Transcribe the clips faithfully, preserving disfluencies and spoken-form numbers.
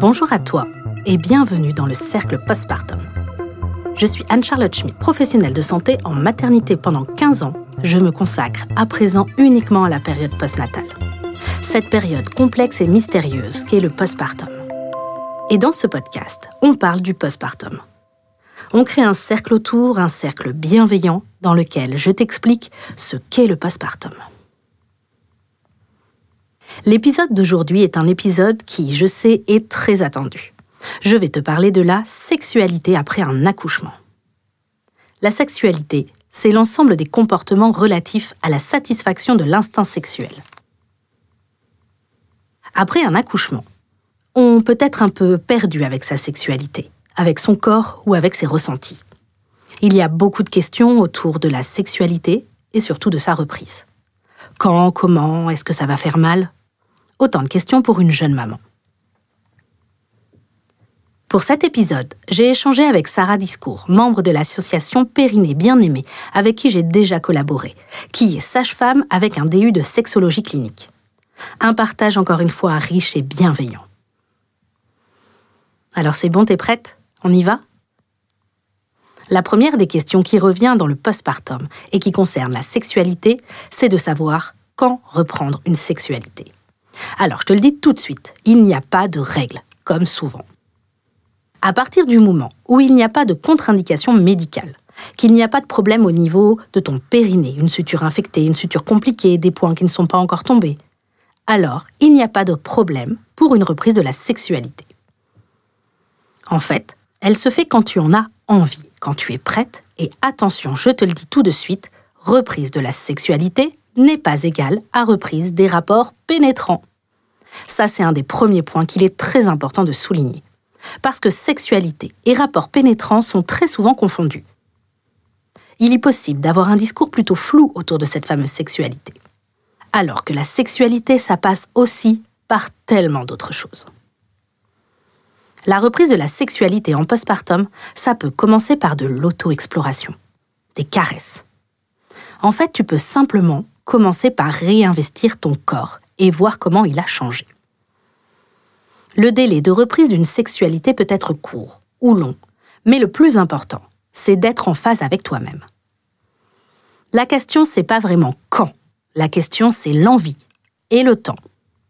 Bonjour à toi et bienvenue dans le cercle postpartum. Je suis Anne-Charlotte Schmidt, professionnelle de santé en maternité pendant quinze ans. Je me consacre à présent uniquement à la période postnatale. Cette période complexe et mystérieuse qu'est le postpartum. Et dans ce podcast, on parle du postpartum. On crée un cercle autour, un cercle bienveillant dans lequel je t'explique ce qu'est le postpartum. L'épisode d'aujourd'hui est un épisode qui, je sais, est très attendu. Je vais te parler de la sexualité après un accouchement. La sexualité, c'est l'ensemble des comportements relatifs à la satisfaction de l'instinct sexuel. Après un accouchement, on peut être un peu perdu avec sa sexualité, avec son corps ou avec ses ressentis. Il y a beaucoup de questions autour de la sexualité et surtout de sa reprise. Quand, comment, est-ce que ça va faire mal ? Autant de questions pour une jeune maman. Pour cet épisode, j'ai échangé avec Sarah Discours, membre de l'association Périnée Bien-Aimée, avec qui j'ai déjà collaboré, qui est sage-femme avec un D U de sexologie clinique. Un partage encore une fois riche et bienveillant. Alors c'est bon, t'es prête ? On y va ? La première des questions qui revient dans le postpartum et qui concerne la sexualité, c'est de savoir quand reprendre une sexualité. Alors, je te le dis tout de suite, il n'y a pas de règle, comme souvent. À partir du moment où il n'y a pas de contre-indication médicale, qu'il n'y a pas de problème au niveau de ton périnée, une suture infectée, une suture compliquée, des points qui ne sont pas encore tombés, alors il n'y a pas de problème pour une reprise de la sexualité. En fait, elle se fait quand tu en as envie, quand tu es prête, et attention, je te le dis tout de suite, reprise de la sexualité n'est pas égale à reprise des rapports pénétrants. Ça, c'est un des premiers points qu'il est très important de souligner. Parce que sexualité et rapports pénétrants sont très souvent confondus. Il est possible d'avoir un discours plutôt flou autour de cette fameuse sexualité. Alors que la sexualité, ça passe aussi par tellement d'autres choses. La reprise de la sexualité en postpartum, ça peut commencer par de l'auto-exploration, des caresses. En fait, tu peux simplement commencer par réinvestir ton corps et voir comment il a changé. Le délai de reprise d'une sexualité peut être court ou long, mais le plus important, c'est d'être en phase avec toi-même. La question, c'est pas vraiment quand, la question, c'est l'envie et le temps.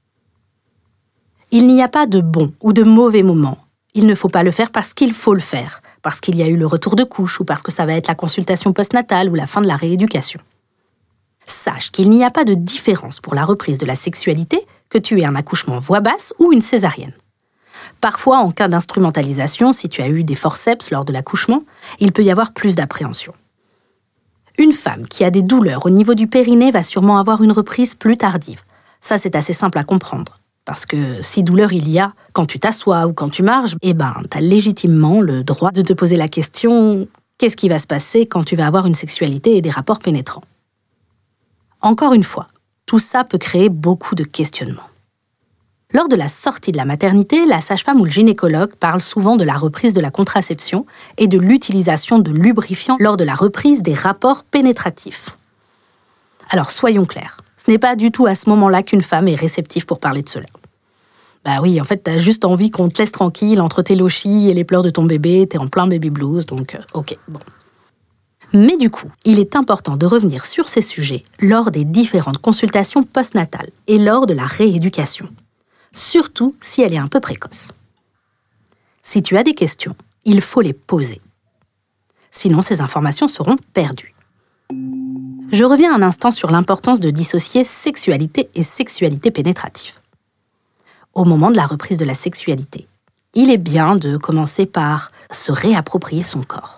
Il n'y a pas de bon ou de mauvais moment. Il ne faut pas le faire parce qu'il faut le faire, parce qu'il y a eu le retour de couche ou parce que ça va être la consultation postnatale ou la fin de la rééducation. Sache qu'il n'y a pas de différence pour la reprise de la sexualité que tu aies un accouchement voix basse ou une césarienne. Parfois, en cas d'instrumentalisation, si tu as eu des forceps lors de l'accouchement, il peut y avoir plus d'appréhension. Une femme qui a des douleurs au niveau du périnée va sûrement avoir une reprise plus tardive. Ça, c'est assez simple à comprendre. Parce que si douleur il y a quand tu t'assois ou quand tu marches, eh ben, tu as légitimement le droit de te poser la question « Qu'est-ce qui va se passer quand tu vas avoir une sexualité et des rapports pénétrants ?» Encore une fois, tout ça peut créer beaucoup de questionnements. Lors de la sortie de la maternité, la sage-femme ou le gynécologue parle souvent de la reprise de la contraception et de l'utilisation de lubrifiants lors de la reprise des rapports pénétratifs. Alors soyons clairs, ce n'est pas du tout à ce moment-là qu'une femme est réceptive pour parler de cela. Bah oui, en fait, t'as juste envie qu'on te laisse tranquille entre tes lochis et les pleurs de ton bébé, t'es en plein baby blues, donc euh, ok, bon. Mais du coup, il est important de revenir sur ces sujets lors des différentes consultations postnatales et lors de la rééducation, surtout si elle est un peu précoce. Si tu as des questions, il faut les poser. Sinon, ces informations seront perdues. Je reviens un instant sur l'importance de dissocier sexualité et sexualité pénétrative. Au moment de la reprise de la sexualité, il est bien de commencer par se réapproprier son corps.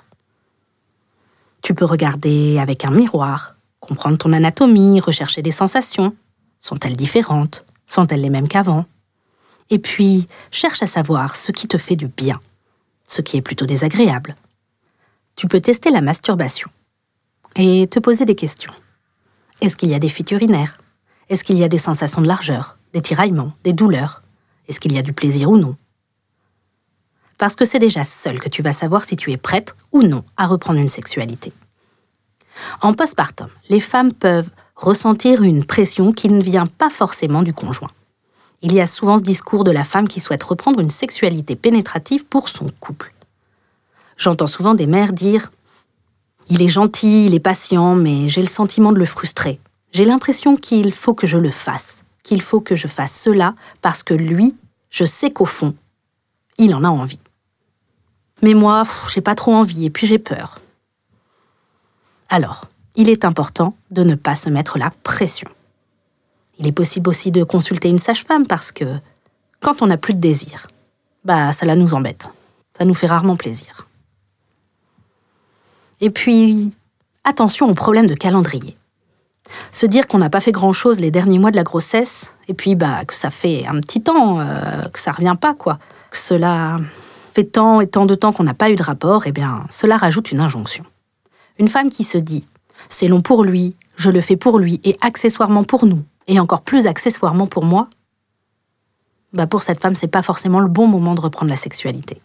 Tu peux regarder avec un miroir, comprendre ton anatomie, rechercher des sensations. Sont-elles différentes ? Sont-elles les mêmes qu'avant ? Et puis, cherche à savoir ce qui te fait du bien, ce qui est plutôt désagréable. Tu peux tester la masturbation et te poser des questions. Est-ce qu'il y a des fuites urinaires ? Est-ce qu'il y a des sensations de largeur, des tiraillements, des douleurs ? Est-ce qu'il y a du plaisir ou non ? Parce que c'est déjà seul que tu vas savoir si tu es prête ou non à reprendre une sexualité. En postpartum, les femmes peuvent ressentir une pression qui ne vient pas forcément du conjoint. Il y a souvent ce discours de la femme qui souhaite reprendre une sexualité pénétrative pour son couple. J'entends souvent des mères dire « Il est gentil, il est patient, mais j'ai le sentiment de le frustrer. J'ai l'impression qu'il faut que je le fasse, qu'il faut que je fasse cela parce que lui, je sais qu'au fond, il en a envie. Mais moi, pff, j'ai pas trop envie et puis j'ai peur. » Alors, il est important de ne pas se mettre la pression. Il est possible aussi de consulter une sage-femme parce que quand on n'a plus de désir, bah cela nous embête. Ça nous fait rarement plaisir. Et puis, attention aux problèmes de calendrier. Se dire qu'on n'a pas fait grand-chose les derniers mois de la grossesse, et puis bah que ça fait un petit temps, euh, que ça revient pas, quoi. Que cela fait tant et tant de temps qu'on n'a pas eu de rapport, eh bien, cela rajoute une injonction. Une femme qui se dit « c'est long pour lui, je le fais pour lui et accessoirement pour nous, et encore plus accessoirement pour moi », bah pour cette femme, c'est pas forcément le bon moment de reprendre la sexualité.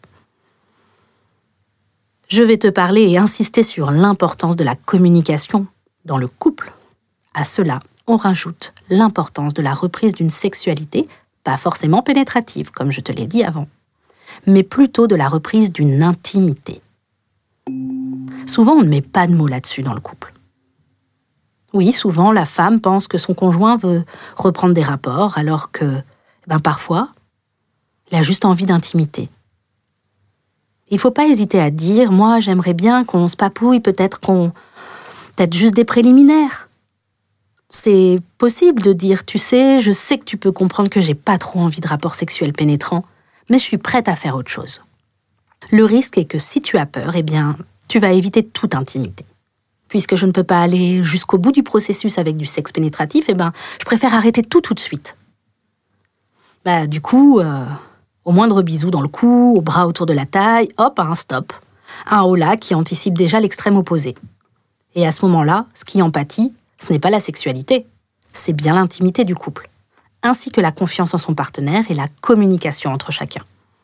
Je vais te parler et insister sur l'importance de la communication dans le couple. À cela, on rajoute l'importance de la reprise d'une sexualité, pas forcément pénétrative, comme je te l'ai dit avant, mais plutôt de la reprise d'une intimité. Souvent, on ne met pas de mots là-dessus dans le couple. Oui, souvent, la femme pense que son conjoint veut reprendre des rapports, alors que, ben parfois, il a juste envie d'intimité. Il ne faut pas hésiter à dire « moi, j'aimerais bien qu'on se papouille, peut-être qu'on... peut-être juste des préliminaires ». C'est possible de dire « tu sais, je sais que tu peux comprendre que j'ai pas trop envie de rapports sexuels pénétrants, mais je suis prête à faire autre chose ». Le risque est que si tu as peur, eh bien, tu vas éviter toute intimité. Puisque je ne peux pas aller jusqu'au bout du processus avec du sexe pénétratif, eh ben, je préfère arrêter tout tout de suite. Bah, du coup, euh, au moindre bisou dans le cou, au bras autour de la taille, hop, un stop. Un holà qui anticipe déjà l'extrême opposé. Et à ce moment-là, ce qui en pâtit, ce n'est pas la sexualité, c'est bien l'intimité du couple, ainsi que la confiance en son partenaire et la communication entre chacun.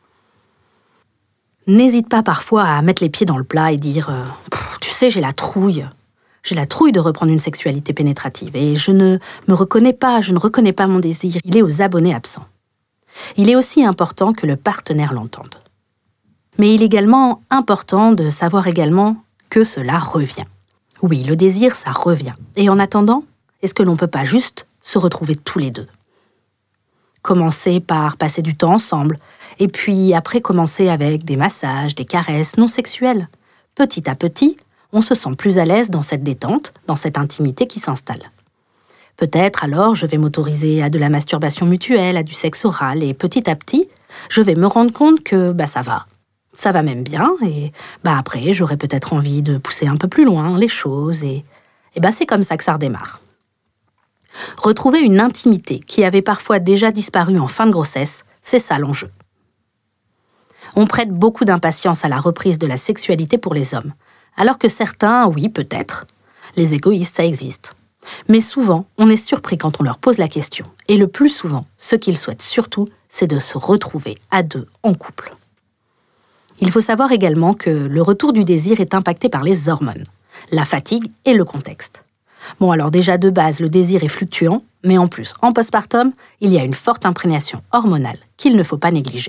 N'hésite pas parfois à mettre les pieds dans le plat et dire euh, « tu sais, j'ai la trouille. J'ai la trouille de reprendre une sexualité pénétrative et je ne me reconnais pas, je ne reconnais pas mon désir. Il est aux abonnés absents. » Il est aussi important que le partenaire l'entende. Mais il est également important de savoir également que cela revient. Oui, le désir, ça revient. Et en attendant, est-ce que l'on ne peut pas juste se retrouver tous les deux ? Commencer par passer du temps ensemble, et puis après commencer avec des massages, des caresses non sexuelles. Petit à petit, on se sent plus à l'aise dans cette détente, dans cette intimité qui s'installe. Peut-être alors je vais m'autoriser à de la masturbation mutuelle, à du sexe oral, et petit à petit, je vais me rendre compte que bah, ça va. Ça va même bien, et bah, après, j'aurai peut-être envie de pousser un peu plus loin les choses, et, et bah, c'est comme ça que ça redémarre. Retrouver une intimité qui avait parfois déjà disparu en fin de grossesse, c'est ça l'enjeu. On prête beaucoup d'impatience à la reprise de la sexualité pour les hommes, alors que certains, oui, peut-être, les égoïstes, ça existe. Mais souvent, on est surpris quand on leur pose la question. Et le plus souvent, ce qu'ils souhaitent surtout, c'est de se retrouver à deux en couple. Il faut savoir également que le retour du désir est impacté par les hormones, la fatigue et le contexte. Bon, alors déjà de base, le désir est fluctuant, mais en plus, en postpartum, il y a une forte imprégnation hormonale qu'il ne faut pas négliger.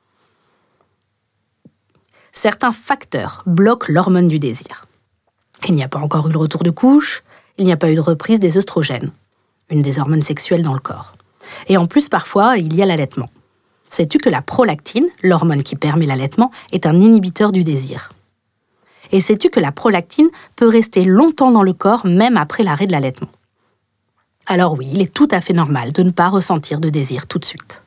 Certains facteurs bloquent l'hormone du désir. Il n'y a pas encore eu le retour de couche, il n'y a pas eu de reprise des œstrogènes, une des hormones sexuelles dans le corps. Et en plus, parfois, il y a l'allaitement. Sais-tu que la prolactine, l'hormone qui permet l'allaitement, est un inhibiteur du désir ? Et sais-tu que la prolactine peut rester longtemps dans le corps, même après l'arrêt de l'allaitement ? Alors oui, il est tout à fait normal de ne pas ressentir de désir tout de suite.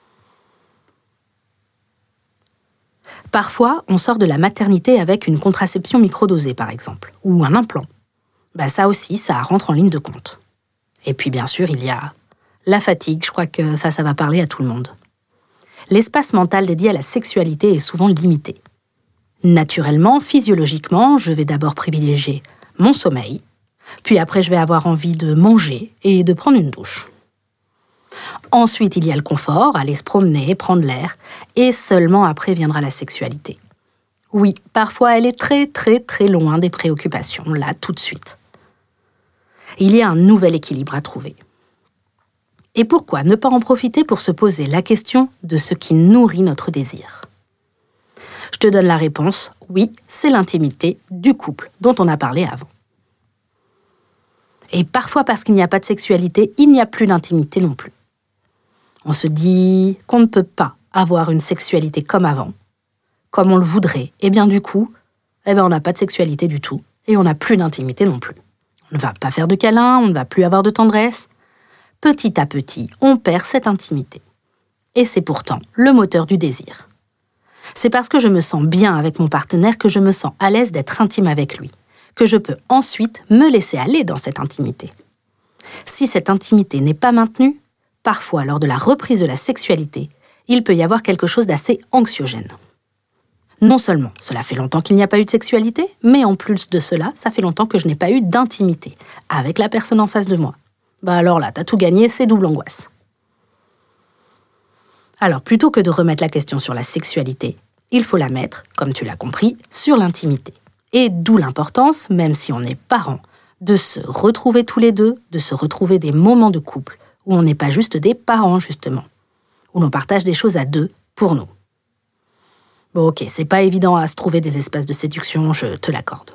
Parfois, on sort de la maternité avec une contraception microdosée, par exemple, ou un implant. Bah ça aussi, ça rentre en ligne de compte. Et puis bien sûr, il y a la fatigue, je crois que ça, ça va parler à tout le monde. L'espace mental dédié à la sexualité est souvent limité. Naturellement, physiologiquement, je vais d'abord privilégier mon sommeil, puis après je vais avoir envie de manger et de prendre une douche. Ensuite, il y a le confort, aller se promener, prendre l'air, et seulement après viendra la sexualité. Oui, parfois elle est très très très loin des préoccupations, là, tout de suite. Il y a un nouvel équilibre à trouver. Et pourquoi ne pas en profiter pour se poser la question de ce qui nourrit notre désir ? Je te donne la réponse, oui, c'est l'intimité du couple dont on a parlé avant. Et parfois, parce qu'il n'y a pas de sexualité, il n'y a plus d'intimité non plus. On se dit qu'on ne peut pas avoir une sexualité comme avant, comme on le voudrait. Et bien du coup, eh ben, on n'a pas de sexualité du tout et on n'a plus d'intimité non plus. On ne va pas faire de câlins, on ne va plus avoir de tendresse. Petit à petit, on perd cette intimité. Et c'est pourtant le moteur du désir. C'est parce que je me sens bien avec mon partenaire que je me sens à l'aise d'être intime avec lui, que je peux ensuite me laisser aller dans cette intimité. Si cette intimité n'est pas maintenue, parfois lors de la reprise de la sexualité, il peut y avoir quelque chose d'assez anxiogène. Non seulement cela fait longtemps qu'il n'y a pas eu de sexualité, mais en plus de cela, ça fait longtemps que je n'ai pas eu d'intimité avec la personne en face de moi. Bah alors là, t'as tout gagné, c'est double angoisse. Alors, plutôt que de remettre la question sur la sexualité, il faut la mettre, comme tu l'as compris, sur l'intimité. Et d'où l'importance, même si on est parents, de se retrouver tous les deux, de se retrouver des moments de couple, où on n'est pas juste des parents, justement, où l'on partage des choses à deux pour nous. Bon, ok, c'est pas évident à se trouver des espaces de séduction, je te l'accorde.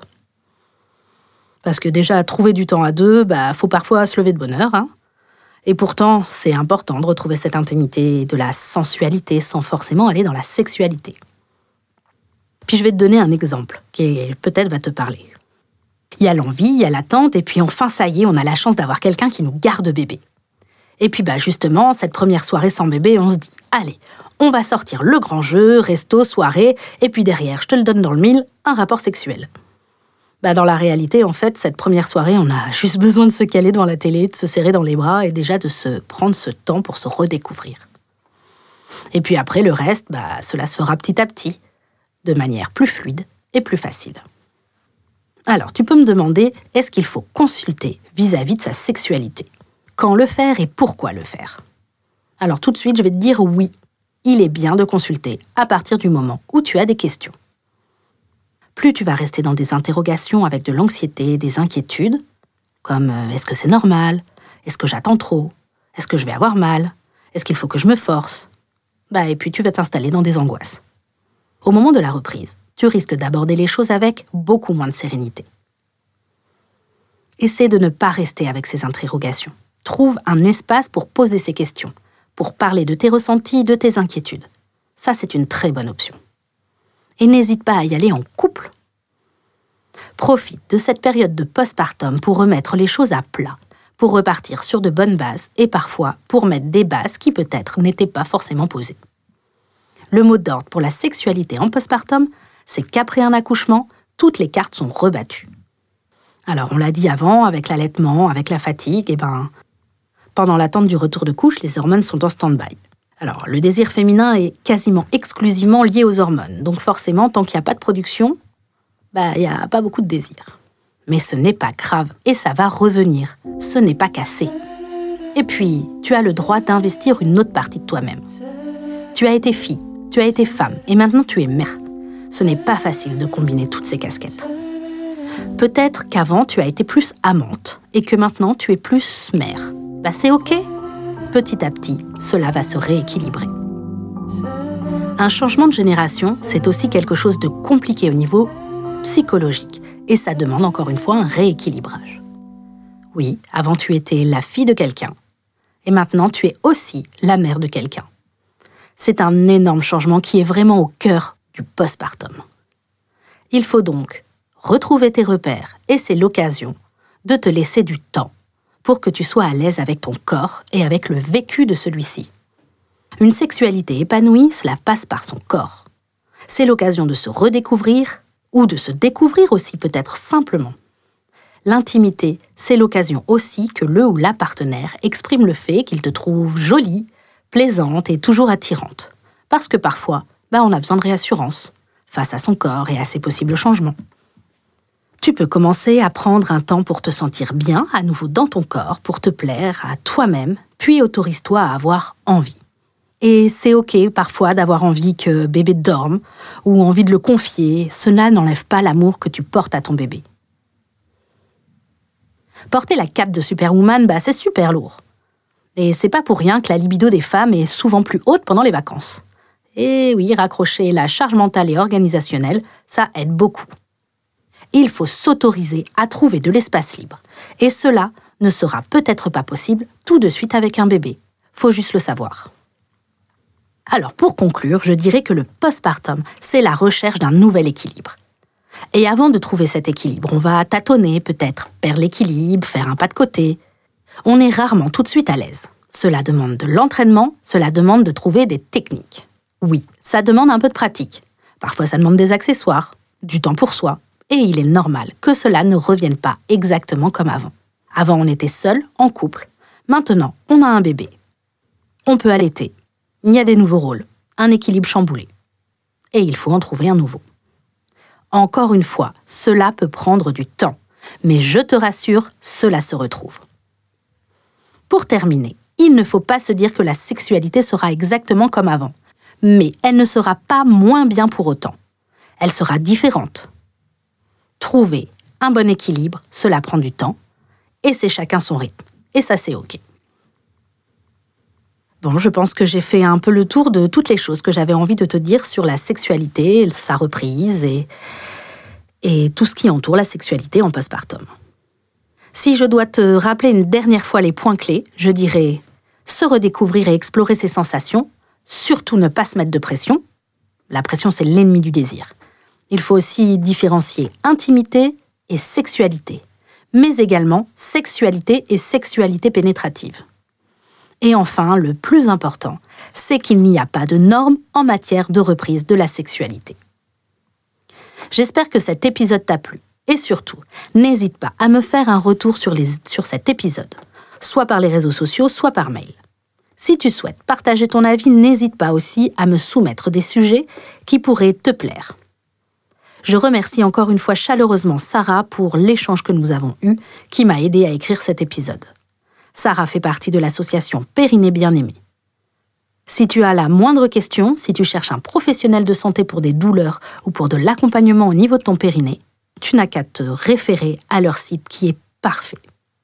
Parce que déjà, trouver du temps à deux, bah, faut parfois se lever de bonne heure, hein. Et pourtant, c'est important de retrouver cette intimité, de la sensualité, sans forcément aller dans la sexualité. Puis je vais te donner un exemple, qui peut-être va te parler. Il y a l'envie, il y a l'attente, et puis enfin, ça y est, on a la chance d'avoir quelqu'un qui nous garde bébé. Et puis bah justement, cette première soirée sans bébé, on se dit, allez, on va sortir le grand jeu, resto, soirée, et puis derrière, je te le donne dans le mille, un rapport sexuel. Bah dans la réalité, en fait, cette première soirée, on a juste besoin de se caler devant la télé, de se serrer dans les bras et déjà de se prendre ce temps pour se redécouvrir. Et puis après, le reste, bah, cela se fera petit à petit, de manière plus fluide et plus facile. Alors, tu peux me demander, est-ce qu'il faut consulter vis-à-vis de sa sexualité ? Quand le faire et pourquoi le faire ? Alors tout de suite, je vais te dire oui, il est bien de consulter à partir du moment où tu as des questions. Plus tu vas rester dans des interrogations avec de l'anxiété, des inquiétudes, comme euh, est-ce que c'est normal ? Est-ce que j'attends trop ? Est-ce que je vais avoir mal ? Est-ce qu'il faut que je me force ? Bah, et puis tu vas t'installer dans des angoisses. Au moment de la reprise, tu risques d'aborder les choses avec beaucoup moins de sérénité. Essaie de ne pas rester avec ces interrogations. Trouve un espace pour poser ces questions, pour parler de tes ressentis, de tes inquiétudes. Ça, c'est une très bonne option. Et n'hésite pas à y aller en couple. Profite de cette période de postpartum pour remettre les choses à plat, pour repartir sur de bonnes bases et parfois pour mettre des bases qui peut-être n'étaient pas forcément posées. Le mot d'ordre pour la sexualité en postpartum, c'est qu'après un accouchement, toutes les cartes sont rebattues. Alors on l'a dit avant, avec l'allaitement, avec la fatigue, et ben, pendant l'attente du retour de couche, les hormones sont en stand-by. Alors, le désir féminin est quasiment exclusivement lié aux hormones. Donc forcément, tant qu'il n'y a pas de production, bah, il n'y a pas beaucoup de désir. Mais ce n'est pas grave et ça va revenir. Ce n'est pas cassé. Et puis, tu as le droit d'investir une autre partie de toi-même. Tu as été fille, tu as été femme et maintenant tu es mère. Ce n'est pas facile de combiner toutes ces casquettes. Peut-être qu'avant, tu as été plus amante et que maintenant, tu es plus mère. Bah, c'est ok. Petit à petit, cela va se rééquilibrer. Un changement de génération, c'est aussi quelque chose de compliqué au niveau psychologique. Et ça demande encore une fois un rééquilibrage. Oui, avant tu étais la fille de quelqu'un. Et maintenant tu es aussi la mère de quelqu'un. C'est un énorme changement qui est vraiment au cœur du postpartum. Il faut donc retrouver tes repères et c'est l'occasion de te laisser du temps pour que tu sois à l'aise avec ton corps et avec le vécu de celui-ci. Une sexualité épanouie, cela passe par son corps. C'est l'occasion de se redécouvrir ou de se découvrir aussi peut-être simplement. L'intimité, c'est l'occasion aussi que le ou la partenaire exprime le fait qu'il te trouve jolie, plaisante et toujours attirante. Parce que parfois, bah, on a besoin de réassurance face à son corps et à ses possibles changements. Tu peux commencer à prendre un temps pour te sentir bien, à nouveau dans ton corps, pour te plaire à toi-même, puis autorise-toi à avoir envie. Et c'est ok parfois d'avoir envie que bébé dorme ou envie de le confier, cela n'enlève pas l'amour que tu portes à ton bébé. Porter la cape de Superwoman, bah c'est super lourd. Et c'est pas pour rien que la libido des femmes est souvent plus haute pendant les vacances. Et oui, raccrocher la charge mentale et organisationnelle, ça aide beaucoup. Il faut s'autoriser à trouver de l'espace libre. Et cela ne sera peut-être pas possible tout de suite avec un bébé. Faut juste le savoir. Alors pour conclure, je dirais que le postpartum, c'est la recherche d'un nouvel équilibre. Et avant de trouver cet équilibre, on va tâtonner peut-être, perdre l'équilibre, faire un pas de côté. On est rarement tout de suite à l'aise. Cela demande de l'entraînement, cela demande de trouver des techniques. Oui, ça demande un peu de pratique. Parfois ça demande des accessoires, du temps pour soi. Et il est normal que cela ne revienne pas exactement comme avant. Avant on était seul, en couple. Maintenant, on a un bébé. On peut allaiter. Il y a des nouveaux rôles, un équilibre chamboulé. Et il faut en trouver un nouveau. Encore une fois, cela peut prendre du temps. Mais je te rassure, cela se retrouve. Pour terminer, il ne faut pas se dire que la sexualité sera exactement comme avant. Mais elle ne sera pas moins bien pour autant. Elle sera différente. Trouver un bon équilibre, cela prend du temps. Et c'est chacun son rythme. Et ça, c'est OK. Bon, je pense que j'ai fait un peu le tour de toutes les choses que j'avais envie de te dire sur la sexualité, sa reprise et, et tout ce qui entoure la sexualité en postpartum. Si je dois te rappeler une dernière fois les points clés, je dirais se redécouvrir et explorer ses sensations, surtout ne pas se mettre de pression. La pression, c'est l'ennemi du désir. Il faut aussi différencier intimité et sexualité, mais également sexualité et sexualité pénétrative. Et enfin, le plus important, c'est qu'il n'y a pas de normes en matière de reprise de la sexualité. J'espère que cet épisode t'a plu. Et surtout, n'hésite pas à me faire un retour sur, les, sur cet épisode, soit par les réseaux sociaux, soit par mail. Si tu souhaites partager ton avis, n'hésite pas aussi à me soumettre des sujets qui pourraient te plaire. Je remercie encore une fois chaleureusement Sarah pour l'échange que nous avons eu, qui m'a aidé à écrire cet épisode. Sarah fait partie de l'association Périnée Bien-Aimée. Si tu as la moindre question, si tu cherches un professionnel de santé pour des douleurs ou pour de l'accompagnement au niveau de ton périnée, tu n'as qu'à te référer à leur site qui est parfait.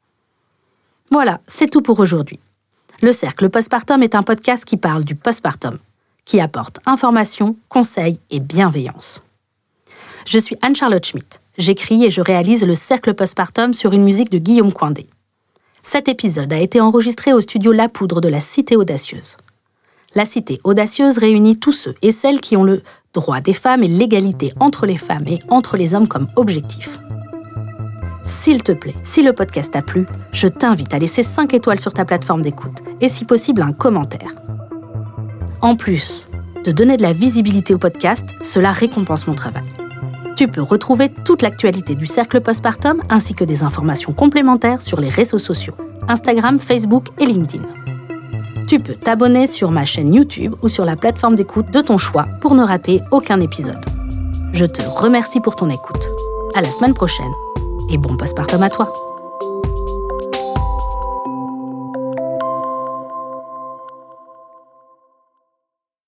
Voilà, c'est tout pour aujourd'hui. Le Cercle Postpartum est un podcast qui parle du postpartum, qui apporte information, conseils et bienveillance. Je suis Anne-Charlotte Schmitt. J'écris et je réalise le Cercle Postpartum sur une musique de Guillaume Coindé. Cet épisode a été enregistré au studio La Poudre de la Cité Audacieuse. La Cité Audacieuse réunit tous ceux et celles qui ont le droit des femmes et l'égalité entre les femmes et entre les hommes comme objectif. S'il te plaît, si le podcast t'a plu, je t'invite à laisser cinq étoiles sur ta plateforme d'écoute et si possible un commentaire. En plus de donner de la visibilité au podcast, cela récompense mon travail. Tu peux retrouver toute l'actualité du Cercle Postpartum ainsi que des informations complémentaires sur les réseaux sociaux, Instagram, Facebook et LinkedIn. Tu peux t'abonner sur ma chaîne YouTube ou sur la plateforme d'écoute de ton choix pour ne rater aucun épisode. Je te remercie pour ton écoute. À la semaine prochaine et bon postpartum à toi.